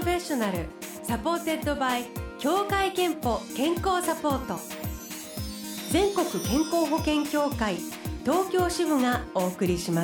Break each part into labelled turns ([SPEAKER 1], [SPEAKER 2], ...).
[SPEAKER 1] ロフェッショナルサポーテッドバイ協会憲法健康サポート、全国健康保険協会東京支部がお送りします。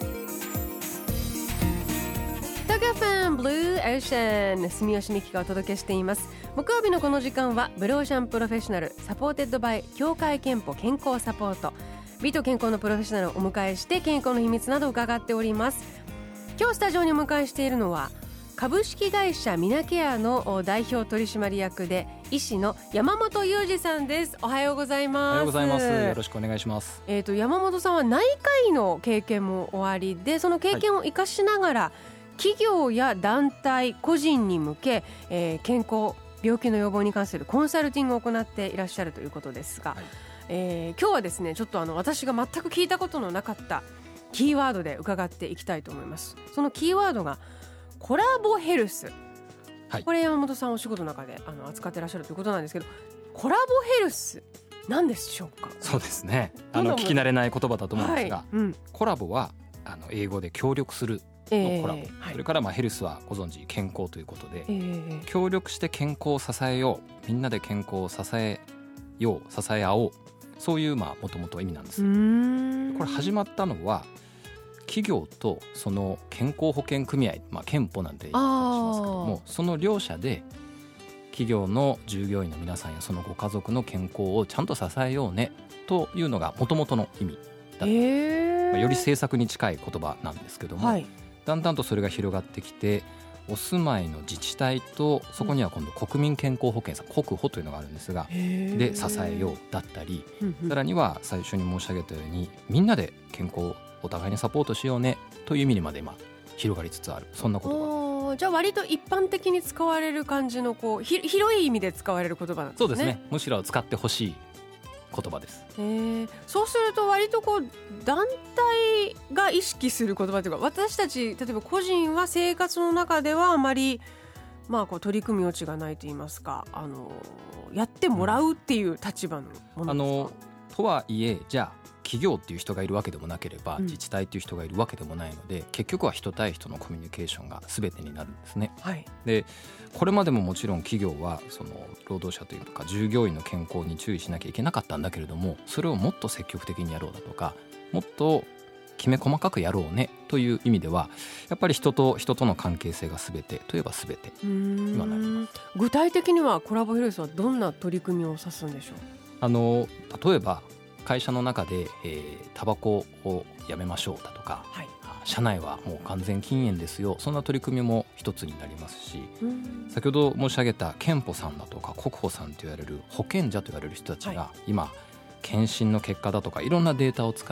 [SPEAKER 1] 東京ファンブルーオーシャン、住吉美希がお届けしています。木曜日のこの時間はブルーオーシャンプロフェッショナルサポーテッドバイ協会憲法健康サポート、美と健康のプロフェッショナルをお迎えして健康の秘密などを伺っております。今日スタジオにお迎えしているのは株式会社ミナケアの代表取締役で医師の山本裕二さんです。おはようございます。
[SPEAKER 2] おはようございます。よろしくお願いします。
[SPEAKER 1] 山本さんは内科医の経験もおありで、その経験を生かしながら、企業や団体個人に向け、健康病気の予防に関するコンサルティングを行っていらっしゃるということですが、今日はですねちょっと私が全く聞いたことのなかったキーワードで伺っていきたいと思います。そのキーワードがコラボヘルス、これ山本さんお仕事の中で扱ってらっしゃるということなんですけど、コラボヘルス何でしょうか？
[SPEAKER 2] そうですね、聞き慣れない言葉だと思うんですが、コラボは英語で協力するのコラボ、それからヘルスはご存知健康ということで、協力して健康を支えよう、みんなで健康を支えよう、支え合おう、そういうもともと意味なんです。これ始まったのは企業とその健康保険組合、憲法なんて言い方しますけども、その両者で企業の従業員の皆さんやそのご家族の健康をちゃんと支えようねというのがもともとの意味だった、より政策に近い言葉なんですけども、だんだんとそれが広がってきて、お住まいの自治体とそこには今度国民健康保険さん、国保というのがあるんですが、で支えようだったり、さらには最初に申し上げたようにみんなで健康をお互いにサポートしようねという意味にまで今広がりつつある、そんな言葉。
[SPEAKER 1] じゃあ割と一般的に使われる感じの広い意味で使われる言葉なんですね。
[SPEAKER 2] そうですね、むしろ使ってほしい言葉です。
[SPEAKER 1] そうすると割と団体が意識する言葉というか、私たち例えば個人は生活の中ではあまり取り組み余地がないといいますか、やってもらうっていう立場のものですか？
[SPEAKER 2] とはいえ、じゃあ企業っていう人がいるわけでもなければ、自治体っていう人がいるわけでもないので、結局は人対人のコミュニケーションが全てになるんですね。でこれまでももちろん企業はその労働者というか従業員の健康に注意しなきゃいけなかったんだけれども、それをもっと積極的にやろうだとか、もっときめ細かくやろうねという意味では、やっぱり人と人との関係性が全てといえば全てにはなります。
[SPEAKER 1] 具体的にはコラボヘルスはどんな取り組みを指すんでしょう？
[SPEAKER 2] 例えば会社の中で、タバコをやめましょうだとか、社内はもう完全禁煙ですよ、そんな取り組みも一つになりますし、先ほど申し上げた健保さんだとか国保さんと言われる保険者と言われる人たちが、今検診の結果だとかいろんなデータを使って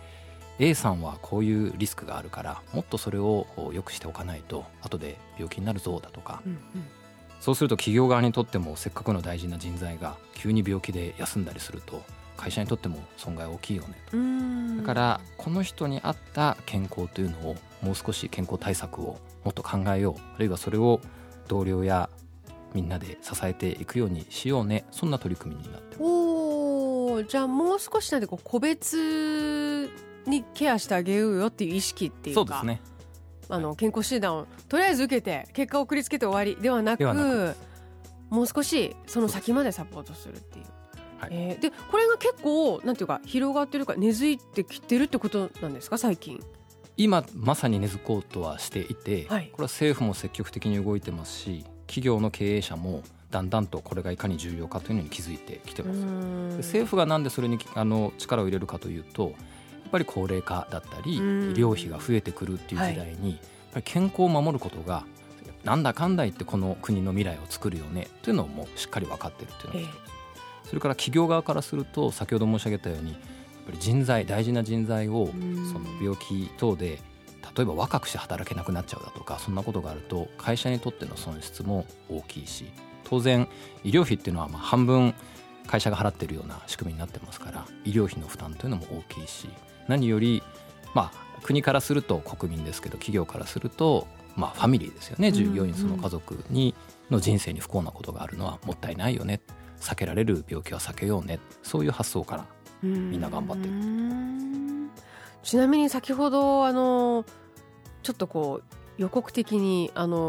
[SPEAKER 2] 、A さんはこういうリスクがあるからもっとそれを良くしておかないと後で病気になるぞだとか、そうすると企業側にとってもせっかくの大事な人材が急に病気で休んだりすると会社にとっても損害大きいよねと。だからこの人に合った健康というのをもう少し健康対策をもっと考えよう、あるいはそれを同僚やみんなで支えていくようにしようね、そんな取り組みになってます。
[SPEAKER 1] じゃあもう少し個別にケアしてあげようよっていう意識っていうか、
[SPEAKER 2] そうですね、
[SPEAKER 1] 健康診断をとりあえず受けて結果を送りつけて終わりではなく、もう少しその先までサポートするっていう。でこれが結構なんていうか広がってるか根付いてきてるってことなんですか？最近
[SPEAKER 2] 今まさに根付こうとはしていて、これは政府も積極的に動いてますし、企業の経営者もだんだんとこれがいかに重要かというのに気づいてきてます。で政府がなんでそれに力を入れるかというと、やっぱり高齢化だったり医療費が増えてくるっていう時代に、やっぱり健康を守ることがなんだかんだ言ってこの国の未来を作るよねというのをもうしっかり分かっているというのが一つ、それから企業側からすると先ほど申し上げたように、やっぱり人材、大事な人材をその病気等で例えば若くして働けなくなっちゃうだとか、そんなことがあると会社にとっての損失も大きいし、当然医療費っていうのは半分会社が払っているような仕組みになってますから、医療費の負担というのも大きいし、何より国からすると国民ですけど、企業からするとファミリーですよね。従業員その家族の人生に不幸なことがあるのはもったいないよね、避けられる病気は避けようね、そういう発想からみんな頑張ってる。
[SPEAKER 1] ちなみに先ほどちょっと予告的に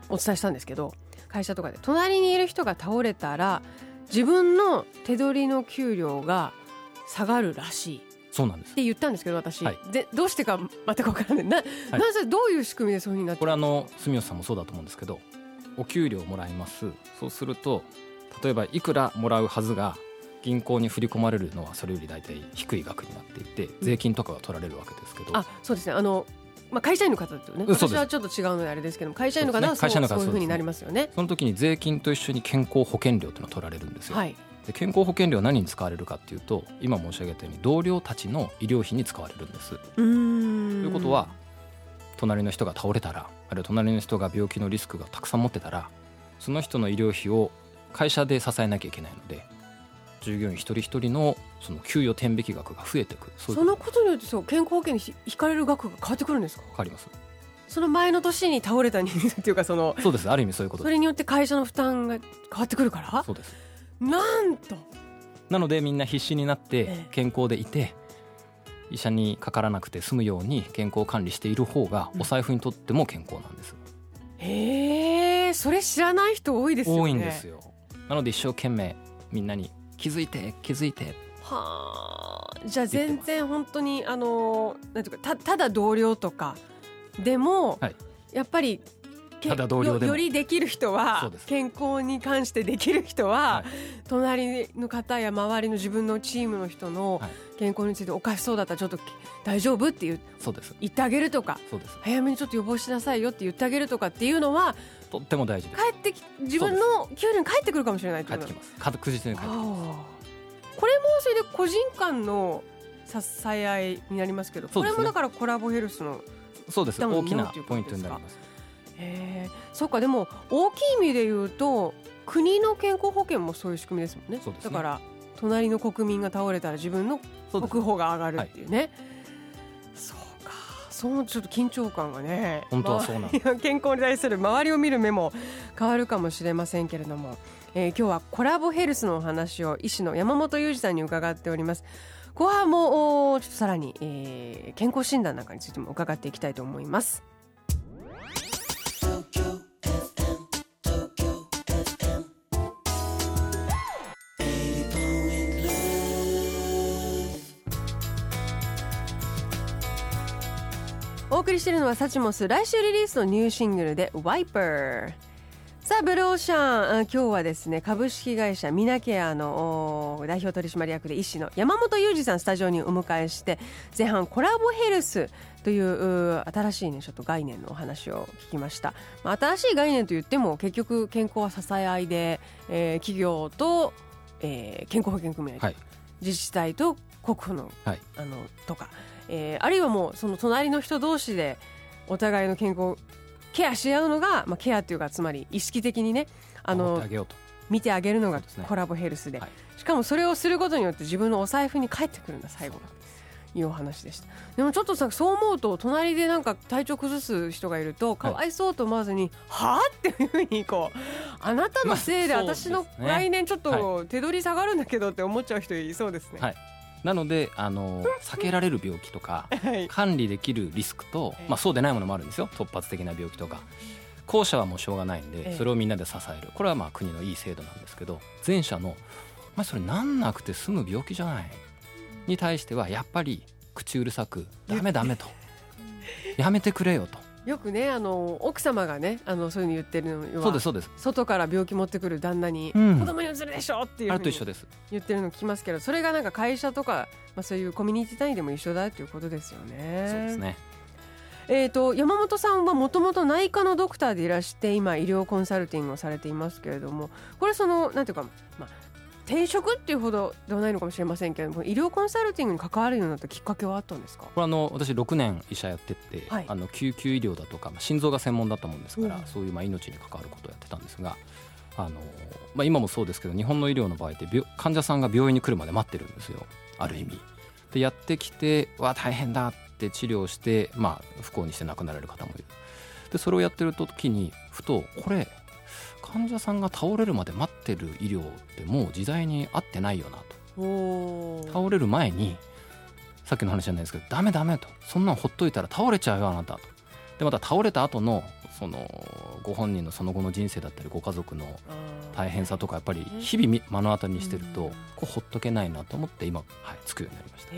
[SPEAKER 1] お伝えしたんですけど、会社とかで隣にいる人が倒れたら自分の手取りの給料が下がるらしい。
[SPEAKER 2] そうなんです
[SPEAKER 1] って言ったんですけど私、
[SPEAKER 2] はい、
[SPEAKER 1] でどうしてか全く分からない。なぜどういう仕組みでそういう風になってるんですか？
[SPEAKER 2] これ住吉さんもそうだと思うんですけど、お給料もらいます。そうすると例えばいくらもらうはずが銀行に振り込まれるのはそれより大体低い額になっていて、税金とかが取られるわけですけど、
[SPEAKER 1] そうですね、会社員の方ですよね。私はちょっと違うのであれですけど、会社員の方はそういう風になりますよね。
[SPEAKER 2] その時に税金と一緒に健康保険料というのを取られるんですよ、
[SPEAKER 1] はい、
[SPEAKER 2] で健康保険料は何に使われるかっていうと、今申し上げたように同僚たちの医療費に使われるんです。ということは隣の人が倒れたら、あるいは隣の人が病気のリスクがたくさん持ってたら、その人の医療費を会社で支えなきゃいけないので、従業員一人一人のその給与天引き額が増えていく。そ
[SPEAKER 1] のことによって健康保険に引かれる額が変わってくるんですか？
[SPEAKER 2] 変わります。
[SPEAKER 1] その前の年に倒れた人数っていうか
[SPEAKER 2] そうです、ある意味そういうことです。
[SPEAKER 1] それによって会社の負担が変わってくるから。
[SPEAKER 2] そうです。
[SPEAKER 1] なんと
[SPEAKER 2] なのでみんな必死になって健康でいて、医者にかからなくて済むように健康管理している方がお財布にとっても健康なんです。
[SPEAKER 1] へえ、それ知らない人多いですよね。
[SPEAKER 2] 多いんですよ。なので一生懸命みんなに気づいて
[SPEAKER 1] はあ、じゃあ全然本当になんていうか、ただ同僚とかでも、はい、やっぱり
[SPEAKER 2] ただ同僚でも
[SPEAKER 1] よりできる人は、健康に関してできる人は、はい、隣の方や周りの自分のチームの人の健康についておかしそうだったらちょっと大丈夫って言ってあげるとか、早めにちょっと予防しなさいよって言ってあげるとかっていうのは
[SPEAKER 2] とっても大事です。
[SPEAKER 1] 自分の給料に返ってくるかもしれない。
[SPEAKER 2] 返ってきます。確実に返ってきます。
[SPEAKER 1] これもそれで個人間の支え合いになりますけど、これもだからコラボヘルスの
[SPEAKER 2] そうです、大きなポイントになります。
[SPEAKER 1] そうか。でも大きい意味で言うと国の健康保険もそういう仕組みですもんね。
[SPEAKER 2] そうですね。
[SPEAKER 1] だから隣の国民が倒れたら自分の国保が上がるっていうね。はい、そうか。そうちょっと緊張感がね、
[SPEAKER 2] 本当はそうなんです。
[SPEAKER 1] 健康に対する周りを見る目も変わるかもしれませんけれども、今日はコラボヘルスのお話を医師の山本裕二さんに伺っております。後半もちょっとさらに、健康診断なんかについても伺っていきたいと思います。お送りしているのはサチモス。来週リリースのニューシングルでワイパー。さあブルーオーシャン、今日はですね、株式会社ミナケアの代表取締役で医師の山本裕二さんスタジオにお迎えして、前半コラボヘルスという新しいねちょっと概念のお話を聞きました。新しい概念といっても結局健康は支え合いで、企業と、健康保険組合、はい、自治体と国保の、はい、とか、あるいはもうその隣の人同士でお互いの健康ケアし合うのが、ケアというかつまり意識的にね見てあげるのがコラボヘルスで、はい、しかもそれをすることによって自分のお財布に返ってくるんだ最後のいうお話でした。でもちょっとさ、そう思うと隣でなんか体調崩す人がいるとかわいそうと思わずに、はぁっていうふうにあなたのせいで私の来年ちょっと手取り下がるんだけどって思っちゃう人いそうですね。
[SPEAKER 2] はい、なので避けられる病気とか管理できるリスクと、そうでないものもあるんですよ。突発的な病気とか後者はもうしょうがないんでそれをみんなで支える、これは国のいい制度なんですけど、前者のそれなんなくて済む病気じゃないに対してはやっぱり口うるさくダメダメとやめてくれよと
[SPEAKER 1] よくね、奥様がねそういうの言ってるのは、
[SPEAKER 2] そうです
[SPEAKER 1] 外から病気持ってくる旦那に、子供にうつるでしょっていうふうに言ってるの聞きますけど、それがなんか会社とか、そういうコミュニティ単位でも一緒だということですよね。
[SPEAKER 2] そうですね。
[SPEAKER 1] 山本さんはもともと内科のドクターでいらして今医療コンサルティングをされていますけれども、これなんていうか、転職っていうほどではないのかもしれませんけれども、医療コンサルティングに関わるようになったきっかけはあったんですか？
[SPEAKER 2] これ私6年医者やってて、はい、救急医療だとか、心臓が専門だったもんですから、そういう命に関わることをやってたんですが、今もそうですけど日本の医療の場合って患者さんが病院に来るまで待ってるんですよ、ある意味で。やってきて大変だって治療して、不幸にして亡くなられる方もいる。でそれをやってる時にふとこれ患者さんが倒れるまで待ってる医療ってもう時代に合ってないよなと。倒れる前にさっきの話じゃないですけどダメダメと、そんなのほっといたら倒れちゃうよあなたと。でまた倒れた後のそのご本人のその後の人生だったりご家族の大変さとかやっぱり日々目の当たりにしてるとこうほっとけないなと思って今、つくようになりました。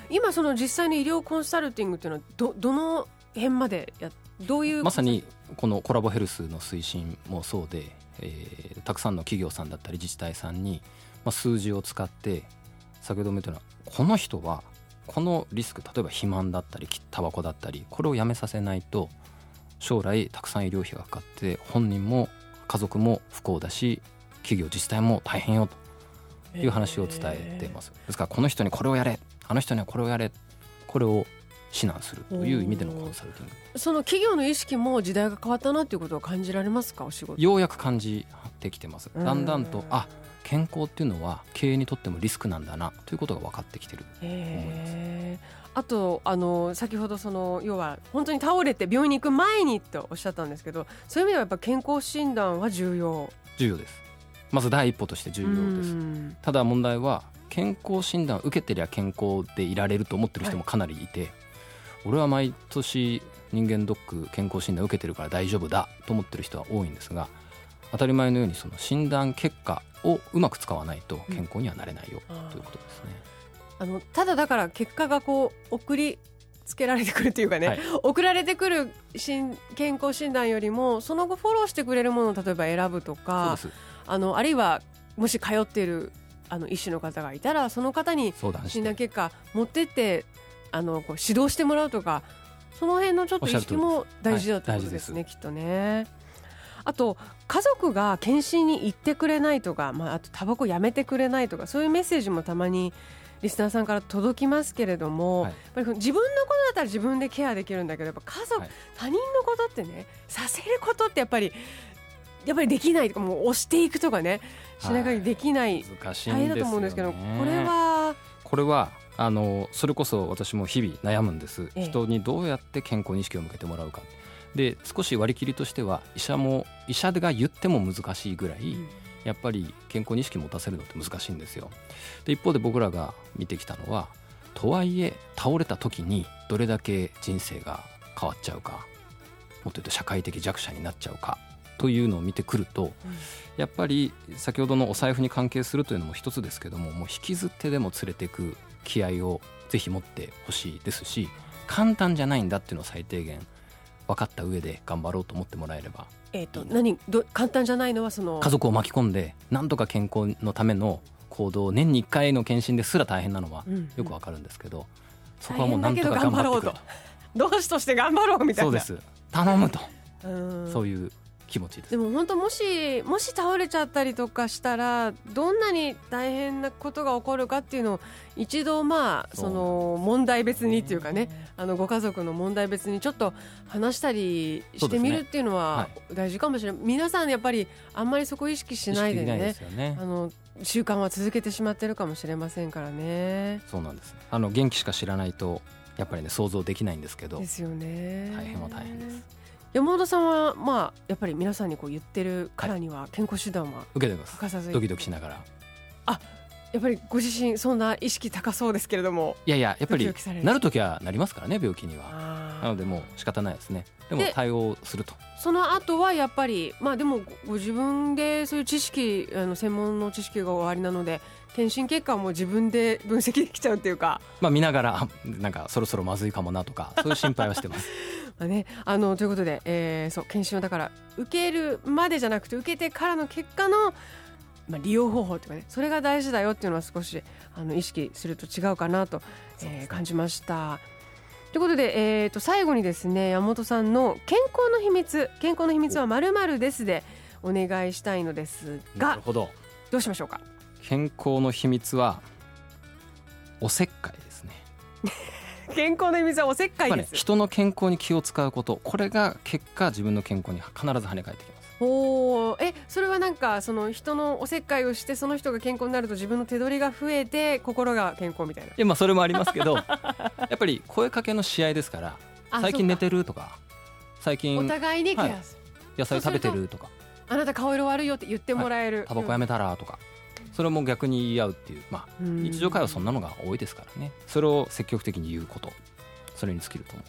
[SPEAKER 1] 今その実際の医療コンサルティングっていうのはどの辺までどういう
[SPEAKER 2] まさにこのコラボヘルスの推進もそうで、たくさんの企業さんだったり自治体さんに、数字を使って先ほども言ったようなこの人はこのリスク、例えば肥満だったりタバコだったりこれをやめさせないと将来たくさん医療費がかかって本人も家族も不幸だし企業自治体も大変よという話を伝えています。ですからこの人にこれをやれ、あの人にはこれをやれ、これを指南するという意味でのコンサルティング。
[SPEAKER 1] その企業の意識も時代が変わったなということを感じられますか？お仕事
[SPEAKER 2] ようやく感じてきてます。だんだんと健康っていうのは経営にとってもリスクなんだなということが分かってきてると思います。
[SPEAKER 1] あと先ほど要は本当に倒れて病院に行く前にとおっしゃったんですけど、そういう意味ではやっぱ健康診断は重要です。
[SPEAKER 2] まず第一歩として重要です。ただ問題は健康診断を受けてりゃ健康でいられると思ってる人もかなりいて、俺は毎年人間ドック健康診断を受けてるから大丈夫だと思ってる人は多いんですが、当たり前のようにその診断結果をうまく使わないと健康にはなれないよ、ということですね。
[SPEAKER 1] ただだから結果がこう送りつけられてくるというかね、送られてくる健康診断よりもその後フォローしてくれるものを例えば選ぶとか、あるいはもし通っている医師の方がいたらその方に診断結果持ってってこう指導してもらうとか、その辺のちょっと意識も大事だということですね、きっとね。あと家族が検診に行ってくれないとか、あとタバコやめてくれないとか、そういうメッセージもたまにリスナーさんから届きますけれども、やっぱり自分のことだったら自分でケアできるんだけど、やっぱ家族、他人のことってね、させることってやっぱりできないとか、もう押していくとかね、しない限りできない、
[SPEAKER 2] 難しいんですよね。
[SPEAKER 1] 大変だと思うんですけど、これは
[SPEAKER 2] それこそ私も日々悩むんです。人にどうやって健康に意識を向けてもらうかで、少し割り切りとしては医者が言っても難しいぐらい、やっぱり健康に意識を持たせるのって難しいんですよ。で一方で僕らが見てきたのは、とはいえ倒れた時にどれだけ人生が変わっちゃうか、もっと言うと社会的弱者になっちゃうかというのを見てくると、やっぱり先ほどのお財布に関係するというのも一つですけども、もう引きずってでも連れていく気合をぜひ持ってほしいですし、簡単じゃないんだっていうのを最低限分かった上で頑張ろうと思ってもらえればいいな。
[SPEAKER 1] 簡単じゃないのは
[SPEAKER 2] 家族を巻き込んでなんとか健康のための行動を年に1回の検診ですら大変なのはよくわかるんですけど、そこはもうなんとか頑張ってくれと、
[SPEAKER 1] 同志として頑張ろうみたいな、
[SPEAKER 2] そうです、頼むと、そういう気持ちです。
[SPEAKER 1] でも本当もし倒れちゃったりとかしたらどんなに大変なことが起こるかっていうのを一度その問題別にっていうかね、ご家族の問題別にちょっと話したりしてみるっていうのは大事かもしれない。皆さんやっぱりあんまりそこ意識しないでね、習慣は続けてしまってるかもしれませんからね。
[SPEAKER 2] そうなんです。元気しか知らないとやっぱりね想像できないんですけど、
[SPEAKER 1] ですよね。
[SPEAKER 2] 大変は大変です。
[SPEAKER 1] 山本さんはやっぱり皆さんにこう言ってるからには健康診断は
[SPEAKER 2] 受けてます。欠かさずドキドキしながら。
[SPEAKER 1] やっぱりご自身そんな意識高そうですけれども。
[SPEAKER 2] やっぱりなるときはなりますからね、病気には。なのでもう仕方ないですね。でも対応すると。
[SPEAKER 1] その後はやっぱりでもご自分でそういう知識、専門の知識がおありなので検診結果はもう自分で分析できちゃうっていうか、
[SPEAKER 2] 見ながらなんかそろそろまずいかもなとか、そういう心配はしてます
[SPEAKER 1] ということで、そう検診はだから受けるまでじゃなくて受けてからの結果の利用方法というかね、それが大事だよっていうのは少し意識すると違うかなと、感じました。ということで、最後にですね、山本さんの健康の秘密は〇〇ですでお願いしたいのですが、
[SPEAKER 2] なるほど、
[SPEAKER 1] どうしましょうか。
[SPEAKER 2] 健康の秘密はおせっかいですね
[SPEAKER 1] 健康の秘密はおせっかいです、
[SPEAKER 2] 人の健康に気を使うこと、これが結果自分の健康に必ず跳ね返ってきます。
[SPEAKER 1] それはなんかその人のおせっかいをしてその人が健康になると自分の手取りが増えて心が健康みたいな。
[SPEAKER 2] それもありますけどやっぱり声かけの試合ですから、最近寝てるとか、最近
[SPEAKER 1] お互いにケア、
[SPEAKER 2] 野菜食べてるとか、
[SPEAKER 1] あなた顔色悪いよって言ってもらえる、
[SPEAKER 2] タバコやめたらとか、それも逆に言い合うっていう、日常会話そんなのが多いですからね。それを積極的に言うこと、それに尽きると思います。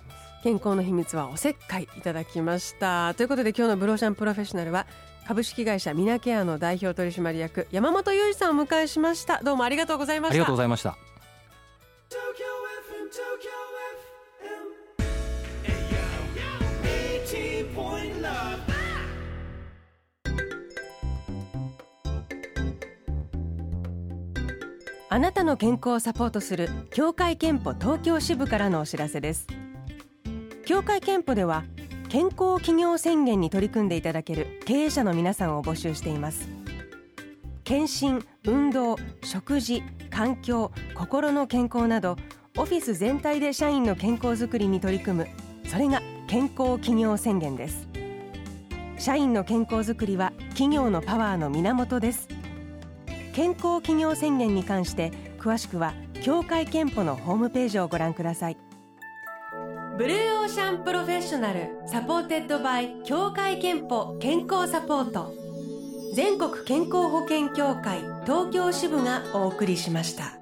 [SPEAKER 1] 健康の秘密はおせっかいいただきました。ということで今日のブローシャンプロフェッショナルは株式会社ミナケアの代表取締役山本裕二さんをお迎えしました。どうもありがとうございました。
[SPEAKER 2] ありがとうございました。
[SPEAKER 1] あなたの健康をサポートする協会憲法東京支部からのお知らせです。協会憲法では健康企業宣言に取り組んでいただける経営者の皆さんを募集しています。健診、運動、食事、環境、心の健康などオフィス全体で社員の健康づくりに取り組む、それが健康企業宣言です。社員の健康づくりは企業のパワーの源です。健康企業宣言に関して詳しくは協会憲法のホームページをご覧ください。ブルーオーシャンプロフェッショナルサポーテッドバイ協会憲法健康サポート、全国健康保険協会東京支部がお送りしました。